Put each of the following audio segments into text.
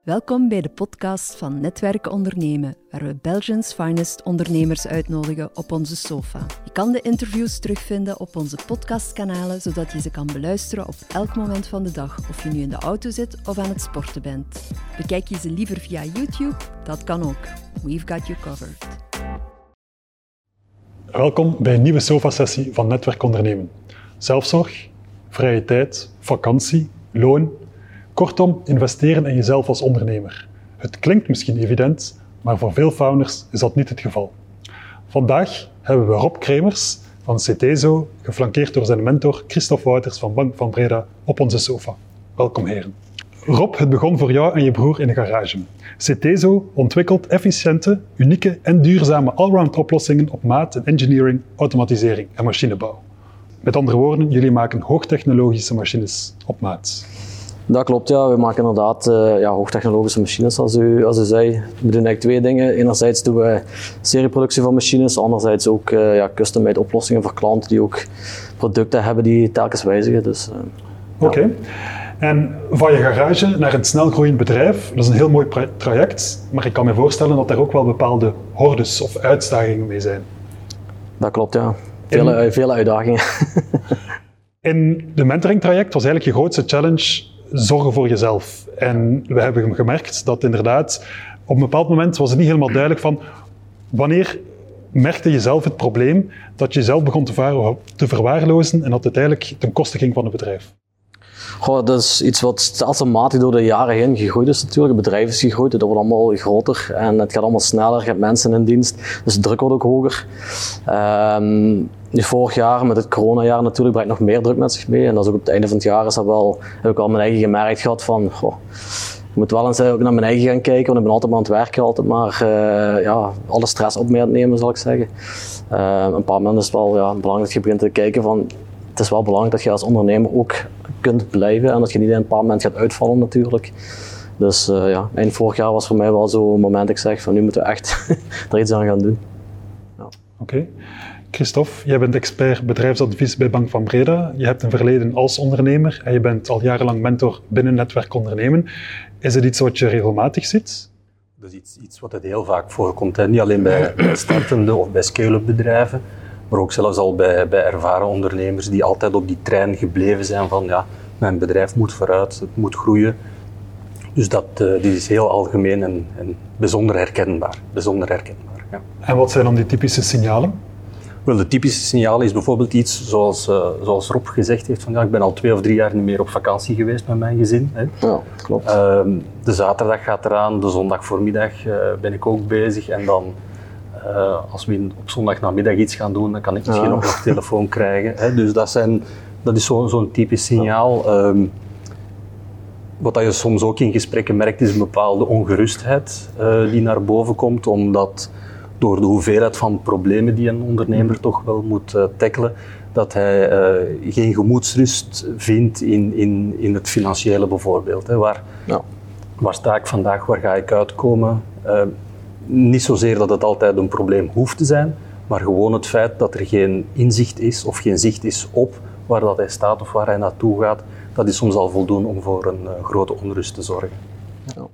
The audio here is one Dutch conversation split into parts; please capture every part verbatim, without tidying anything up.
Welkom bij de podcast van Netwerken Ondernemen, waar we Belgians finest ondernemers uitnodigen op onze sofa. Je kan de interviews terugvinden op onze podcastkanalen, zodat je ze kan beluisteren op elk moment van de dag, of je nu in de auto zit of aan het sporten bent. Bekijk je ze liever via YouTube? Dat kan ook. We've got you covered. Welkom bij een nieuwe sofa-sessie van Netwerken Ondernemen. Zelfzorg, vrije tijd, vakantie, loon. Kortom, investeren in jezelf als ondernemer. Het klinkt misschien evident, maar voor veel founders is dat niet het geval. Vandaag hebben we Rob Kremers van Cetezo, geflankeerd door zijn mentor Christophe Wouters van Bank van Breda, op onze sofa. Welkom heren. Rob, het begon voor jou en je broer in een garage. Cetezo ontwikkelt efficiënte, unieke en duurzame allround oplossingen op maat in engineering, automatisering en machinebouw. Met andere woorden, jullie maken hoogtechnologische machines op maat. Dat klopt, ja. We maken inderdaad uh, ja, hoogtechnologische machines, als u, als u zei. We doen eigenlijk twee dingen. Enerzijds doen we serieproductie van machines, anderzijds ook uh, ja, custom-made oplossingen voor klanten die ook producten hebben die telkens wijzigen. Dus, uh, Oké. Okay. Ja. En van je garage naar een snelgroeiend bedrijf, dat is een heel mooi traject, maar ik kan me voorstellen dat er ook wel bepaalde hordes of uitdagingen mee zijn. Dat klopt, ja. Vele, in, vele uitdagingen. In de mentoring traject was eigenlijk je grootste challenge zorgen voor jezelf. En we hebben gemerkt dat inderdaad, op een bepaald moment was het niet helemaal duidelijk van wanneer merkte je zelf het probleem dat je zelf begon te, va- te verwaarlozen en dat het eigenlijk ten koste ging van het bedrijf. Goh, dat is iets wat stelselmatig door de jaren heen gegroeid is natuurlijk. Het bedrijf is gegroeid, het wordt allemaal groter en het gaat allemaal sneller. Je hebt mensen in dienst, dus de druk wordt ook hoger. Um, vorig jaar met het coronajaar natuurlijk brengt nog meer druk met zich mee. En dat is ook op het einde van het jaar is dat wel, heb ik al mijn eigen gemerkt gehad van, goh, ik moet wel eens ook naar mijn eigen gaan kijken, want ik ben altijd maar aan het werken, altijd maar uh, ja, alle stress op me aan het nemen, zal ik zeggen. Uh, een paar mensen is het wel ja, belangrijk dat je begint te kijken van, het is wel belangrijk dat je als ondernemer ook kunt blijven en dat je niet in een paar momenten gaat uitvallen natuurlijk. Dus uh, ja, eind vorig jaar was voor mij wel zo'n moment dat ik zeg van nu moeten we echt er iets aan gaan doen. Ja. Oké. Okay. Christophe, jij bent expert bedrijfsadvies bij Bank van Breda. Je hebt een verleden als ondernemer en je bent al jarenlang mentor binnen Netwerken Ondernemen. Is het iets wat je regelmatig ziet? Dat is iets, iets wat het heel vaak voorkomt. Hè. Niet alleen bij, bij startende of bij scale-up bedrijven, maar ook zelfs al bij, bij ervaren ondernemers die altijd op die trein gebleven zijn van ja, mijn bedrijf moet vooruit, het moet groeien. Dus dat uh, dit is heel algemeen en, en bijzonder herkenbaar. Bijzonder herkenbaar ja. En wat zijn dan die typische signalen? Wel, de typische signalen is bijvoorbeeld iets zoals, uh, zoals Rob gezegd heeft van ja, ik ben al twee of drie jaar niet meer op vakantie geweest met mijn gezin. Hè. Ja, klopt. Uh, de zaterdag gaat eraan, de zondag voormiddag uh, ben ik ook bezig en dan uh, als we op zondagnamiddag iets gaan doen, dan kan ik misschien ja. ook nog telefoon krijgen. Hè. Dus dat, zijn, dat is zo, zo'n typisch signaal. Um, wat je soms ook in gesprekken merkt is een bepaalde ongerustheid uh, die naar boven komt, omdat door de hoeveelheid van problemen die een ondernemer toch wel moet uh, tackelen, dat hij uh, geen gemoedsrust vindt in, in, in het financiële bijvoorbeeld. Hè. Waar, ja. waar sta ik vandaag, waar ga ik uitkomen? Uh, niet zozeer dat het altijd een probleem hoeft te zijn, maar gewoon het feit dat er geen inzicht is of geen zicht is op waar dat hij staat of waar hij naartoe gaat, dat is soms al voldoende om voor een uh, grote onrust te zorgen. Ja.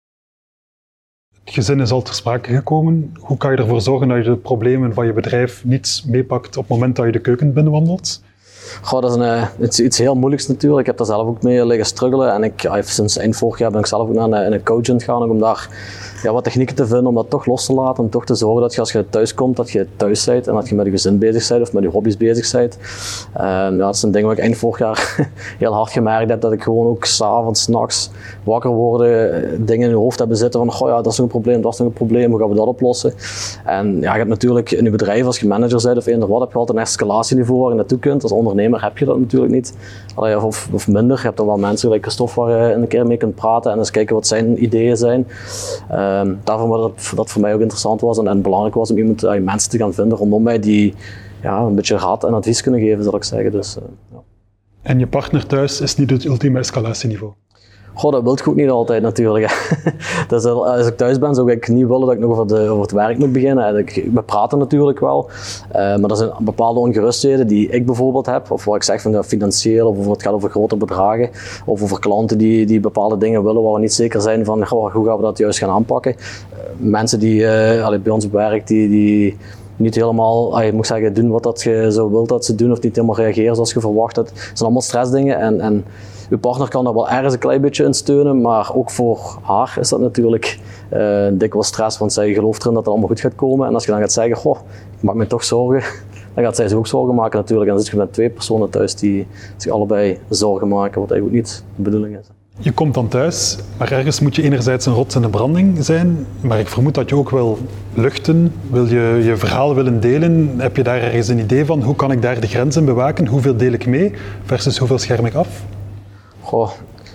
Het gezin is al ter sprake gekomen. Hoe kan je ervoor zorgen dat je de problemen van je bedrijf niet meepakt op het moment dat je de keuken binnenwandelt? Goh, dat is een, iets, iets heel moeilijks natuurlijk. Ik heb daar zelf ook mee liggen struggelen. En ik, ja, sinds eind vorig jaar ben ik zelf ook naar een, een coach aan het gaan om daar ja, wat technieken te vinden om dat toch los te laten. Om toch te zorgen dat je als je thuis komt, dat je thuis bent en dat je met je gezin bezig bent of met je hobby's bezig bent. Uh, ja, dat is een ding wat ik eind vorig jaar heel hard gemerkt heb. Dat ik gewoon ook s'avonds, 's nachts wakker worden, dingen in je hoofd hebben zitten van goh ja, dat is nog een probleem, dat is nog een probleem, hoe gaan we dat oplossen? En ja, je hebt natuurlijk in je bedrijf, als je manager bent of eender wat, heb je altijd een escalatieniveau waar je naartoe kunt. Als ondernemer heb je dat natuurlijk niet. Allee, of, of minder. Je hebt dan wel mensen zoals Christophe waar je een keer mee kunt praten en eens kijken wat zijn ideeën zijn. Um, daarvoor was dat, dat voor mij ook interessant was en, en belangrijk was om iemand, uh, mensen te gaan vinden rondom mij die ja, een beetje raad en advies kunnen geven, zal ik zeggen. Dus, uh, ja. En je partner thuis is niet het ultieme escalatieniveau? Goh, dat wil ik ook niet altijd natuurlijk. Dus als ik thuis ben, zou ik niet willen dat ik nog over, de, over het werk moet beginnen. Ik, we praten natuurlijk wel, uh, maar er zijn bepaalde ongerustheden die ik bijvoorbeeld heb, of wat ik zeg van ja, financieel, of het gaat over grote bedragen, of over klanten die, die bepaalde dingen willen waar we niet zeker zijn van goh, hoe gaan we dat juist gaan aanpakken. Uh, mensen die uh, allee, bij ons op werk, die, die niet helemaal, je moet zeggen, doen wat dat je zo wilt dat ze doen, of niet helemaal reageren zoals je verwacht hebt. Het zijn allemaal stressdingen en, en uw partner kan daar wel ergens een klein beetje in steunen, maar ook voor haar is dat natuurlijk uh, dikwijls stress, want zij gelooft erin dat het allemaal goed gaat komen. En als je dan gaat zeggen, goh, ik maak me toch zorgen, dan gaat zij zich ook zorgen maken natuurlijk. En dan zit je met twee personen thuis die zich allebei zorgen maken, wat eigenlijk ook niet de bedoeling is. Je komt dan thuis, maar ergens moet je enerzijds een rots in de branding zijn, maar ik vermoed dat je ook wil luchten, wil je je verhaal willen delen. Heb je daar ergens een idee van, hoe kan ik daar de grenzen bewaken? Hoeveel deel ik mee versus hoeveel scherm ik af? Goh,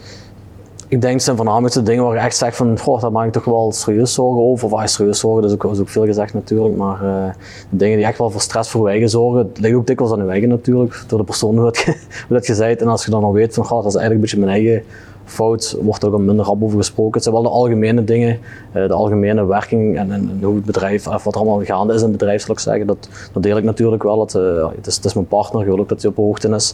ik denk het zijn voornamelijk de dingen waar je echt zegt van, goh, daar maak ik toch wel serieus zorgen over. Of ah, serieus zorgen, dat is ook, is ook veel gezegd natuurlijk, maar uh, de dingen die echt wel voor stress voor je eigen zorgen, het ligt ook dikwijls aan je eigen natuurlijk, door de persoon hoe dat je, hoe dat je zei. En als je dan al weet van, goh, dat is eigenlijk een beetje mijn eigen fout, wordt er ook al minder rap over gesproken. Het zijn wel de algemene dingen, uh, de algemene werking en, en, en hoe het bedrijf, of wat er allemaal gaande is in het bedrijf, zal ik zeggen. Dat, dat deel ik natuurlijk wel. Het, uh, het, is, het is mijn partner, ik wil ook dat hij op hoogte is.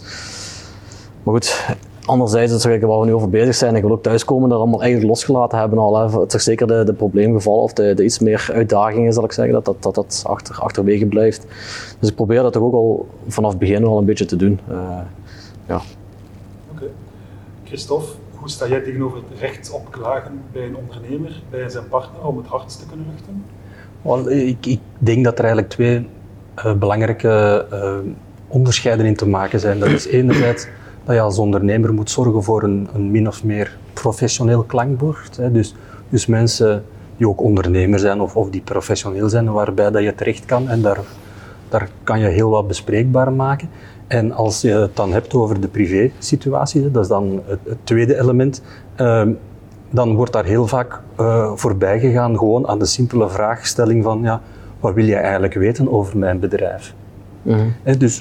Maar goed, anderzijds, dat is waar we nu over bezig zijn, ik wil ook thuiskomen dat we allemaal eigenlijk losgelaten hebben al. Hè. Het is zeker de, de probleemgevallen of de, de iets meer uitdagingen, zal ik zeggen, dat dat, dat, dat achter, achterwege blijft. Dus ik probeer dat toch ook al vanaf het begin al een beetje te doen. Uh, ja. Oké. Okay. Christophe, hoe sta jij tegenover het recht op klagen bij een ondernemer, bij zijn partner, om het hardst te kunnen luchten? Well, ik, ik denk dat er eigenlijk twee uh, belangrijke uh, onderscheiden in te maken zijn. Dat is enerzijds dat je als ondernemer moet zorgen voor een, een min of meer professioneel klankbord. Hè. Dus, dus mensen die ook ondernemer zijn of, of die professioneel zijn, waarbij dat je terecht kan en daar, daar kan je heel wat bespreekbaar maken. En als je het dan hebt over de privé-situatie, dat is dan het, het tweede element, uh, dan wordt daar heel vaak uh, voorbij gegaan gewoon aan de simpele vraagstelling van ja, wat wil jij eigenlijk weten over mijn bedrijf? Mm-hmm. He, dus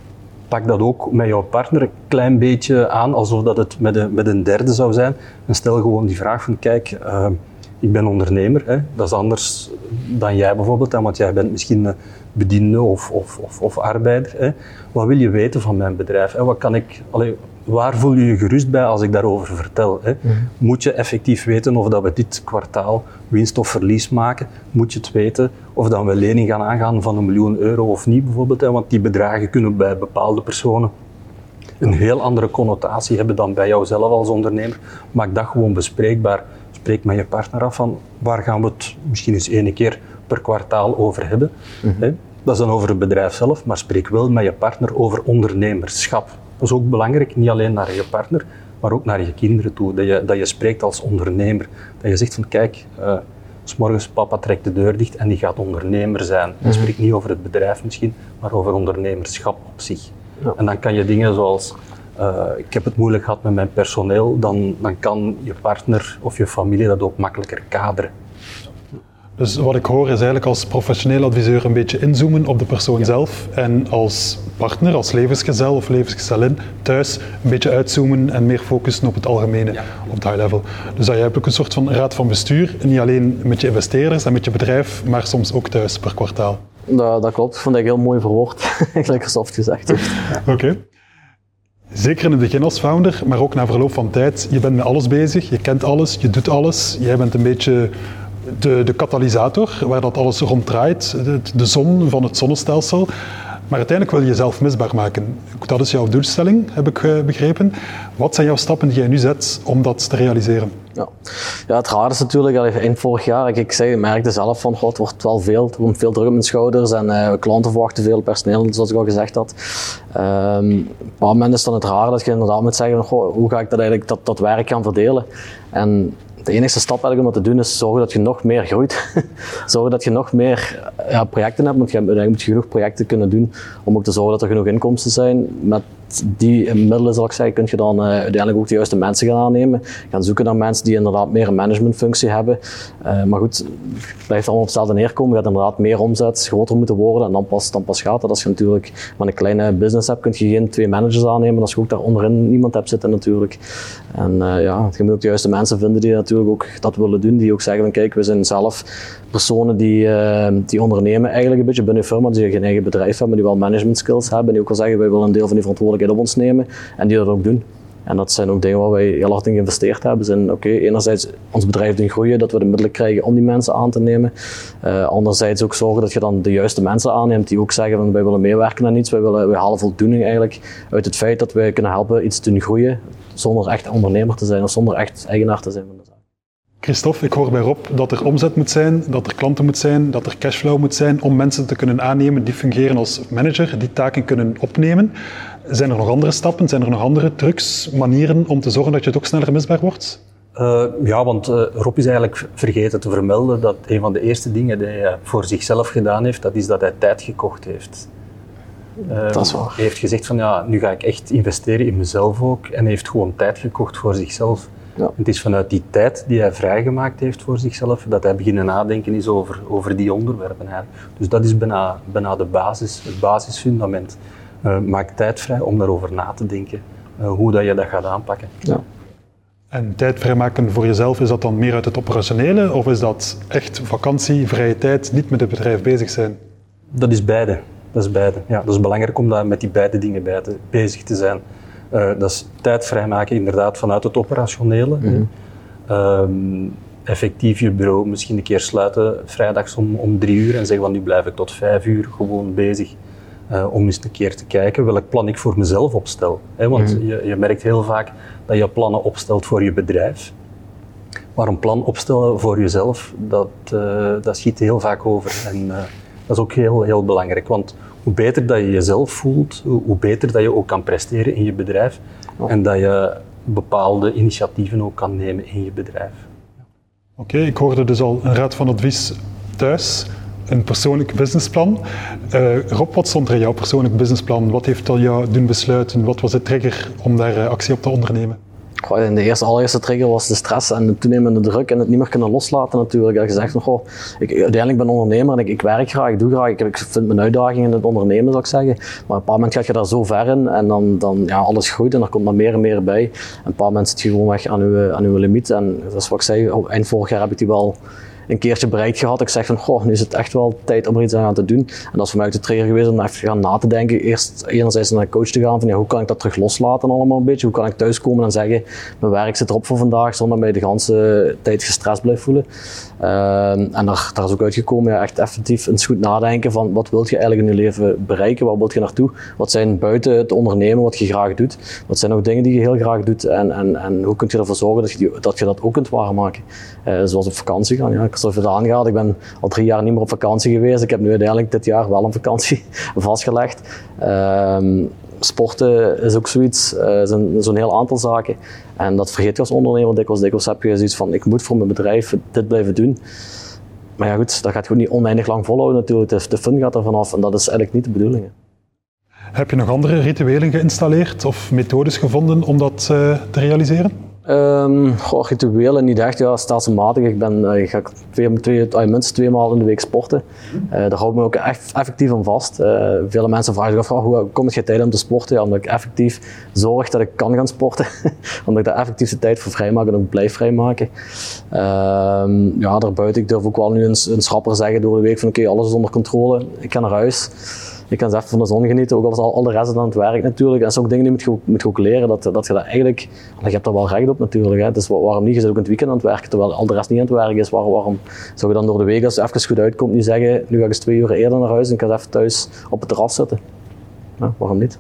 pak dat ook met jouw partner een klein beetje aan, alsof dat het met een, met een derde zou zijn. En stel gewoon die vraag van, kijk, uh, ik ben ondernemer, hè, dat is anders dan jij bijvoorbeeld, hè, want jij bent misschien een bediende of, of, of, of arbeider. Hè. Wat wil je weten van mijn bedrijf? Hè? Wat kan ik, allee, waar voel je je gerust bij als ik daarover vertel? Hè? Mm-hmm. Moet je effectief weten of dat we dit kwartaal winst of verlies maken? Moet je het weten of dat we een lening gaan aangaan van een miljoen euro of niet bijvoorbeeld? Hè? Want die bedragen kunnen bij bepaalde personen een heel andere connotatie hebben dan bij jouzelf als ondernemer. Maak dat gewoon bespreekbaar. Spreek met je partner af van waar gaan we het misschien eens één keer per kwartaal over hebben. Mm-hmm. Hè? Dat is dan over het bedrijf zelf, maar spreek wel met je partner over ondernemerschap. Dat is ook belangrijk, niet alleen naar je partner, maar ook naar je kinderen toe. Dat je, dat je spreekt als ondernemer. Dat je zegt van kijk, uh, 's morgens papa trekt de deur dicht en die gaat ondernemer zijn. Je mm-hmm. spreekt niet over het bedrijf misschien, maar over ondernemerschap op zich. Ja. En dan kan je dingen zoals, uh, ik heb het moeilijk gehad met mijn personeel, dan, dan kan je partner of je familie dat ook makkelijker kaderen. Dus wat ik hoor is eigenlijk als professioneel adviseur een beetje inzoomen op de persoon ja. zelf en als partner, als levensgezel of levensgezellin thuis een beetje uitzoomen en meer focussen op het algemene, ja. op het high level. Dus dat je hebt ook een soort van raad van bestuur, niet alleen met je investeerders en met je bedrijf, maar soms ook thuis per kwartaal. Dat, dat klopt, vond ik heel mooi verwoord, gelijk soft gezegd. Ja. Oké. Okay. Zeker in het begin als founder, maar ook na verloop van tijd, je bent met alles bezig, je kent alles, je doet alles, jij bent een beetje De, de katalysator, waar dat alles rond draait, de, de zon van het zonnestelsel. Maar uiteindelijk wil je jezelf misbaar maken. Dat is jouw doelstelling, heb ik uh, begrepen. Wat zijn jouw stappen die jij nu zet om dat te realiseren? Ja, ja het raar is natuurlijk, al eind vorig jaar, ik, ik, zei, ik merkte zelf van, god, het wordt wel veel, er komt veel druk op mijn schouders en uh, klanten verwachten veel personeel, zoals ik al gezegd had. Um, op een paar momenten is dan het raar dat je inderdaad moet zeggen, goh, hoe ga ik dat eigenlijk, dat, dat werk gaan verdelen? En de enige stap eigenlijk om dat te doen is zorgen dat je nog meer groeit. Zorgen dat je nog meer ja, projecten hebt, want je moet genoeg projecten kunnen doen om ook te zorgen dat er genoeg inkomsten zijn met met die middelen, zal ik zeggen, kun je dan uh, uiteindelijk ook de juiste mensen gaan aannemen. Gaan zoeken naar mensen die inderdaad meer een managementfunctie hebben. Uh, maar goed, het blijft allemaal op hetzelfde neerkomen. Je gaat inderdaad meer omzet, groter moeten worden en dan pas, dan pas gaat dat. Als je natuurlijk met een kleine business hebt, kun je geen twee managers aannemen als je ook daar onderin niemand hebt zitten natuurlijk. En uh, ja, je moet ook de juiste mensen vinden die natuurlijk ook dat willen doen. Die ook zeggen van kijk, we zijn zelf personen die, uh, die ondernemen eigenlijk een beetje binnen een firma, die geen eigen bedrijf hebben, die wel management skills hebben, die ook wel zeggen wij willen een deel van die verantwoordelijkheid op ons nemen en die dat ook doen. En dat zijn ook dingen waar wij heel hard in geïnvesteerd hebben. Zijn oké, okay, enerzijds ons bedrijf doen groeien, dat we de middelen krijgen om die mensen aan te nemen. Uh, anderzijds ook zorgen dat je dan de juiste mensen aanneemt die ook zeggen van wij willen meewerken aan iets, wij, willen, wij halen voldoening eigenlijk uit het feit dat wij kunnen helpen iets te doen groeien zonder echt ondernemer te zijn of zonder echt eigenaar te zijn van de zaak. Christophe, ik hoor bij Rob dat er omzet moet zijn, dat er klanten moet zijn, dat er cashflow moet zijn om mensen te kunnen aannemen die fungeren als manager, die taken kunnen opnemen. Zijn er nog andere stappen, zijn er nog andere trucs, manieren om te zorgen dat je het ook sneller misbaar wordt? Uh, ja, want uh, Rob is eigenlijk vergeten te vermelden dat een van de eerste dingen die hij voor zichzelf gedaan heeft, dat is dat hij tijd gekocht heeft. Uh, dat is waar. Hij heeft gezegd van ja, nu ga ik echt investeren in mezelf ook en hij heeft gewoon tijd gekocht voor zichzelf. Ja. Het is vanuit die tijd die hij vrijgemaakt heeft voor zichzelf, dat hij beginnen nadenken is over, over die onderwerpen. Eigenlijk. Dus dat is bijna, bijna de basis, het basisfundament. Uh, maak tijd vrij om daarover na te denken, uh, hoe dat je dat gaat aanpakken. Ja. En tijd vrijmaken voor jezelf, is dat dan meer uit het operationele of is dat echt vakantie, vrije tijd, niet met het bedrijf bezig zijn? Dat is beide. Dat is beide. Ja, dat is belangrijk om daar met die beide dingen bij te, bezig te zijn. Uh, dat is tijd vrijmaken inderdaad vanuit het operationele. Mm-hmm. Um, effectief je bureau misschien een keer sluiten vrijdags om, om drie uur en zeggen van nu blijf ik tot vijf uur gewoon bezig. Uh, om eens een keer te kijken welk plan ik voor mezelf opstel. Hè? Want mm-hmm. je, je merkt heel vaak dat je plannen opstelt voor je bedrijf. Maar een plan opstellen voor jezelf, dat, uh, dat schiet heel vaak over. En uh, dat is ook heel, heel belangrijk. Want hoe beter dat je jezelf voelt, hoe, hoe beter dat je ook kan presteren in je bedrijf. Oh. En dat je bepaalde initiatieven ook kan nemen in je bedrijf. Oké, okay, ik hoorde dus al een raad van advies thuis. Een persoonlijk businessplan. Uh, Rob, wat stond er in jouw persoonlijk businessplan? Wat heeft al jou doen besluiten? Wat was de trigger om daar uh, actie op te ondernemen? Goh, de eerste, allereerste trigger was de stress en de toenemende druk en het niet meer kunnen loslaten natuurlijk. Ik heb gezegd van, goh, ik, uiteindelijk ben ik ondernemer en ik, ik werk graag, ik doe graag, ik, ik vind mijn uitdaging in het ondernemen, zou ik zeggen. Maar op een bepaald moment ga je daar zo ver in en dan, dan ja, alles groeit en er komt maar meer en meer bij. En op een bepaald moment zit je gewoon weg aan uw, aan uw limiet en dat is wat ik zei, oh, eind vorig jaar heb ik die wel een keertje bereikt gehad. Ik zeg van, goh, nu is het echt wel tijd om er iets aan te doen. En dat is voor mij ook de trigger geweest om echt te gaan na te denken. Eerst enerzijds naar een coach te gaan van, ja, hoe kan ik dat terug loslaten allemaal een beetje? Hoe kan ik thuiskomen en zeggen, mijn werk zit erop voor vandaag, zonder dat ik de hele tijd gestrest blijf voelen. Uh, en daar, daar is ook uitgekomen, ja, echt effectief eens goed nadenken van, wat wil je eigenlijk in je leven bereiken? Waar wil je naartoe? Wat zijn buiten het ondernemen wat je graag doet? Wat zijn ook dingen die je heel graag doet? En, en, en hoe kun je ervoor zorgen dat je, die, dat, je dat ook kunt waarmaken? Uh, zoals op vakantie gaan, ja. Zoals het aangaat. Ik ben al drie jaar niet meer op vakantie geweest. Ik heb nu uiteindelijk dit jaar wel een vakantie vastgelegd. Um, sporten is ook zoiets. Er uh, zijn zo'n heel aantal zaken. En dat vergeet je als ondernemer dikwijls. Dikwijls heb je zoiets van, ik moet voor mijn bedrijf dit blijven doen. Maar ja goed, dat gaat gewoon niet oneindig lang volhouden natuurlijk. De, de fun gaat er vanaf en dat is eigenlijk niet de bedoeling. Heb je nog andere rituelen geïnstalleerd of methodes gevonden om dat uh, te realiseren? Um, goh, rituelen niet echt, ja, stelselmatig. Ik ben, uh, ik ga twee, twee, uh, minstens twee maal in de week sporten. Uh, daar hou ik me ook echt effectief aan vast. Uh, vele mensen vragen zich af, hoe komt het tijd om te sporten? Ja, omdat ik effectief zorg dat ik kan gaan sporten. Omdat ik daar effectief de tijd voor vrijmaak en ook blijf vrijmaken. Uh, ja, daarbuiten, ik durf ook wel nu een, een schrapper zeggen door de week van oké, okay, alles is onder controle, ik ga naar huis. Je kan eens even van de zon genieten, ook al is al, al de rest aan het werk natuurlijk. En dat zijn ook dingen die je moet, moet je ook leren, dat, dat je dat eigenlijk, je hebt er wel recht op natuurlijk. Hè. Dus waarom niet, je zit ook in het weekend aan het werken, terwijl al de rest niet aan het werk is. Waar, waarom zou je dan door de week, als het even goed uitkomt, niet zeggen, nu ga ik eens twee uur eerder naar huis en ik ga even thuis op het terras zitten. Ja, waarom niet?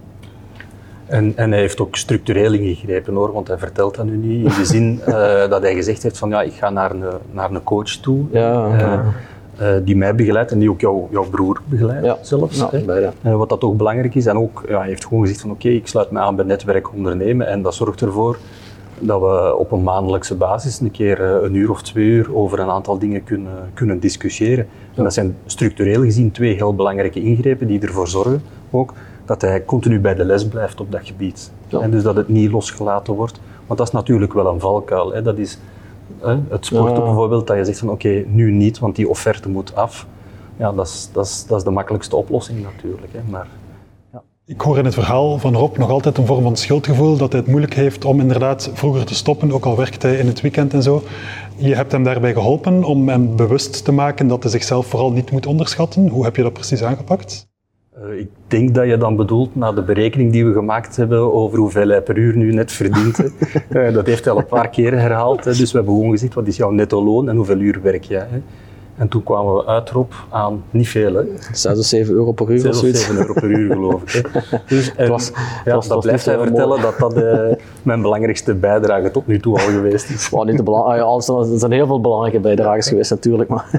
En, en hij heeft ook structureel ingegrepen hoor, want hij vertelt dat nu niet in de zin uh, dat hij gezegd heeft van ja, ik ga naar een, naar een coach toe. Ja, uh, ja. Uh, die mij begeleidt en die ook jou, jouw broer begeleidt ja. zelfs. Ja, beide. Uh, wat dat ook belangrijk is. En ook, ja, hij heeft gewoon gezegd van oké, okay, ik sluit me aan bij Netwerk Ondernemen en dat zorgt ervoor dat we op een maandelijkse basis een keer uh, een uur of twee uur over een aantal dingen kunnen, kunnen discussiëren. Ja. En dat zijn structureel gezien twee heel belangrijke ingrepen die ervoor zorgen ook dat hij continu bij de les blijft op dat gebied. Ja. En dus dat het niet losgelaten wordt. Want dat is natuurlijk wel een valkuil. Hè. Dat is hè, het sporten Ja. bijvoorbeeld, dat je zegt van oké, okay, nu niet, want die offerte moet af. Ja, dat is, dat is, dat is de makkelijkste oplossing natuurlijk. Hè. Maar, ja. Ik hoor in het verhaal van Rob nog altijd een vorm van schuldgevoel, dat hij het moeilijk heeft om inderdaad vroeger te stoppen, ook al werkt hij in het weekend en zo. Je hebt hem daarbij geholpen om hem bewust te maken dat hij zichzelf vooral niet moet onderschatten. Hoe heb je dat precies aangepakt? Uh, ik denk dat je dan bedoelt naar de berekening die we gemaakt hebben over hoeveel hij per uur nu net verdient. uh, dat heeft hij al een paar keer herhaald. Hè. Dus we hebben gewoon gezegd, wat is jouw netto loon en hoeveel uur werk jij? Hè. En toen kwamen we uit erop aan niet veel. Hè. zes of zeven euro per uur of zes of zoiets. zeven euro per uur geloof ik. Hè. Dus, en, was- ja, was- dat was blijft niet hij zo vertellen mooi. dat dat uh, mijn belangrijkste bijdrage tot nu toe al geweest is. Wow, niet de belang- ah, ja, alles- er zijn heel veel belangrijke bijdragers geweest natuurlijk, maar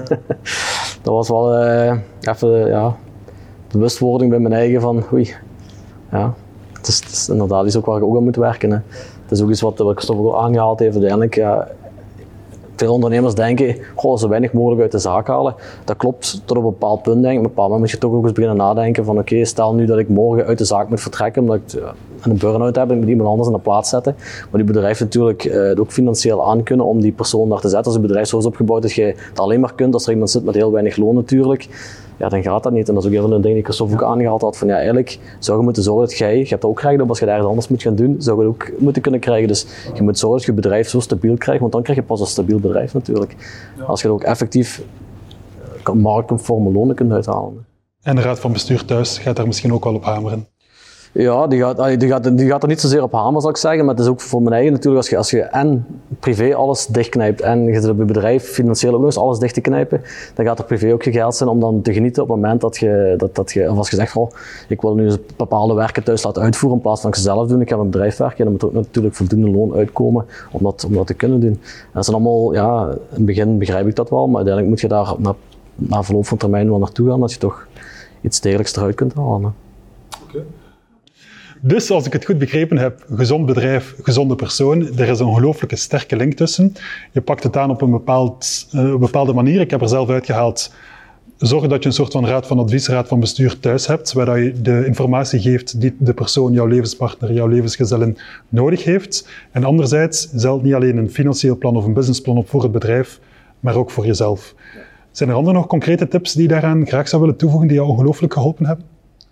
dat was wel uh, even ja, bewustwording bij mijn eigen van oei, ja, het is, het is inderdaad iets ook waar je ook aan moet werken. Hè. Het is ook iets wat, wat Christophe ook aangehaald heeft uiteindelijk. Ja, veel ondernemers denken, goh, zo weinig mogelijk uit de zaak halen. Dat klopt tot op een bepaald punt, denk ik. Op een bepaald moment moet je toch ook eens beginnen nadenken van oké, okay, stel nu dat ik morgen uit de zaak moet vertrekken omdat ik ja, een burn-out heb en ik moet iemand anders in de plaats zetten. Maar die bedrijf natuurlijk uh, het ook financieel aan kunnen om die persoon daar te zetten. Als een bedrijf zo is opgebouwd dat je het alleen maar kunt als er iemand zit met heel weinig loon natuurlijk. Ja, dan gaat dat niet. En dat is ook een van de dingen die Christophe ook aangehaald had. Van ja, eigenlijk zou je moeten zorgen dat jij, je hebt ook recht op als je daar iets anders moet gaan doen, zou je het ook moeten kunnen krijgen. Dus je moet zorgen dat je bedrijf zo stabiel krijgt, want dan krijg je pas een stabiel bedrijf natuurlijk. Ja. Als je er ook effectief marktconforme lonen kunt uithalen. En de raad van bestuur thuis gaat daar misschien ook wel op hameren. Ja, die gaat, die, gaat, die gaat er niet zozeer op hameren, zal ik zeggen, maar het is ook voor mijn eigen natuurlijk, als je, als je en privé alles dichtknijpt en je zit op je bedrijf financieel ook nog eens alles dicht te knijpen, dan gaat er privé ook je geld zijn om dan te genieten op het moment dat je, dat, dat je of als je zegt, oh, ik wil nu eens bepaalde werken thuis laten uitvoeren in plaats van ik ze zelf doen, ik ga mijn bedrijf werken, dan moet er ook natuurlijk voldoende loon uitkomen om dat, om dat te kunnen doen. En dat zijn allemaal, ja, in het begin begrijp ik dat wel, maar uiteindelijk moet je daar na, na verloop van termijn wel naartoe gaan, dat je toch iets degelijks eruit kunt halen. Oké. Okay. Dus, als ik het goed begrepen heb, gezond bedrijf, gezonde persoon, er is een ongelooflijke sterke link tussen. Je pakt het aan op een, bepaald, uh, een bepaalde manier. Ik heb er zelf uitgehaald, zorg dat je een soort van raad van advies, raad van bestuur thuis hebt, waar je de informatie geeft die de persoon, jouw levenspartner, jouw levensgezellin nodig heeft. En anderzijds, zelf niet alleen een financieel plan of een businessplan op voor het bedrijf, maar ook voor jezelf. Zijn er andere nog concrete tips die je daaraan graag zou willen toevoegen, die jou ongelooflijk geholpen hebben?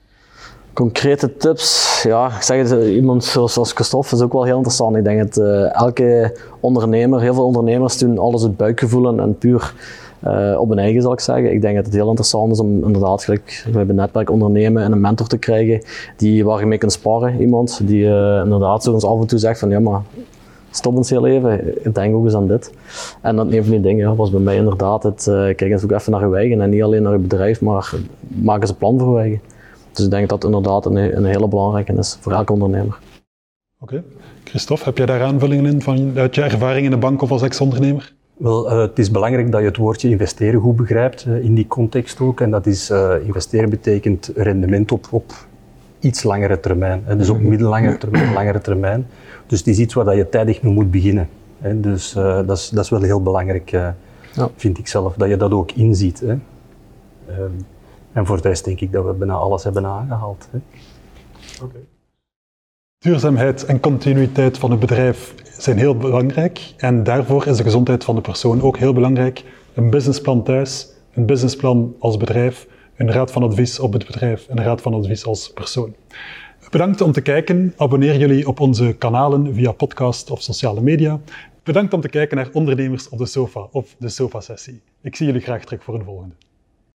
Concrete tips, ja, ik zeg het, iemand zoals Christophe is ook wel heel interessant. Ik denk dat uh, elke ondernemer, heel veel ondernemers doen alles uit buikgevoel en, en puur uh, op hun eigen, zal ik zeggen. Ik denk dat het heel interessant is om inderdaad, gelijk we hebben een netwerk ondernemen en een mentor te krijgen die, waar je mee kunt sparren. Iemand die uh, inderdaad zo ons af en toe zegt van ja, maar stop eens heel even, ik denk ook eens aan dit. En dat een van die dingen ja, was bij mij inderdaad het, uh, kijk eens ook even naar je eigen en niet alleen naar je bedrijf, maar maak eens een plan voor je eigen. Dus ik denk dat dat inderdaad een, een hele belangrijke is voor elke ondernemer. Oké. Okay. Christophe, heb jij daar aanvullingen in vanuit je ervaring in de bank of als ex-ondernemer? Wel, uh, het is belangrijk dat je het woordje investeren goed begrijpt, uh, in die context ook. En dat is, uh, investeren betekent rendement op, op iets langere termijn. Hè. Dus op middellangere termijn, langere termijn. Dus het is iets waar je tijdig mee moet beginnen. Hè. Dus uh, dat, is, dat is wel heel belangrijk, uh, ja. vind ik zelf, dat je dat ook inziet. Hè. Uh, En voor de rest denk ik dat we bijna alles hebben aangehaald. Hè. Okay. Duurzaamheid en continuïteit van het bedrijf zijn heel belangrijk. En daarvoor is de gezondheid van de persoon ook heel belangrijk. Een businessplan thuis, een businessplan als bedrijf, een raad van advies op het bedrijf en een raad van advies als persoon. Bedankt om te kijken. Abonneer jullie op onze kanalen via podcast of sociale media. Bedankt om te kijken naar Ondernemers op de Sofa of de Sofa-sessie. Ik zie jullie graag terug voor een volgende.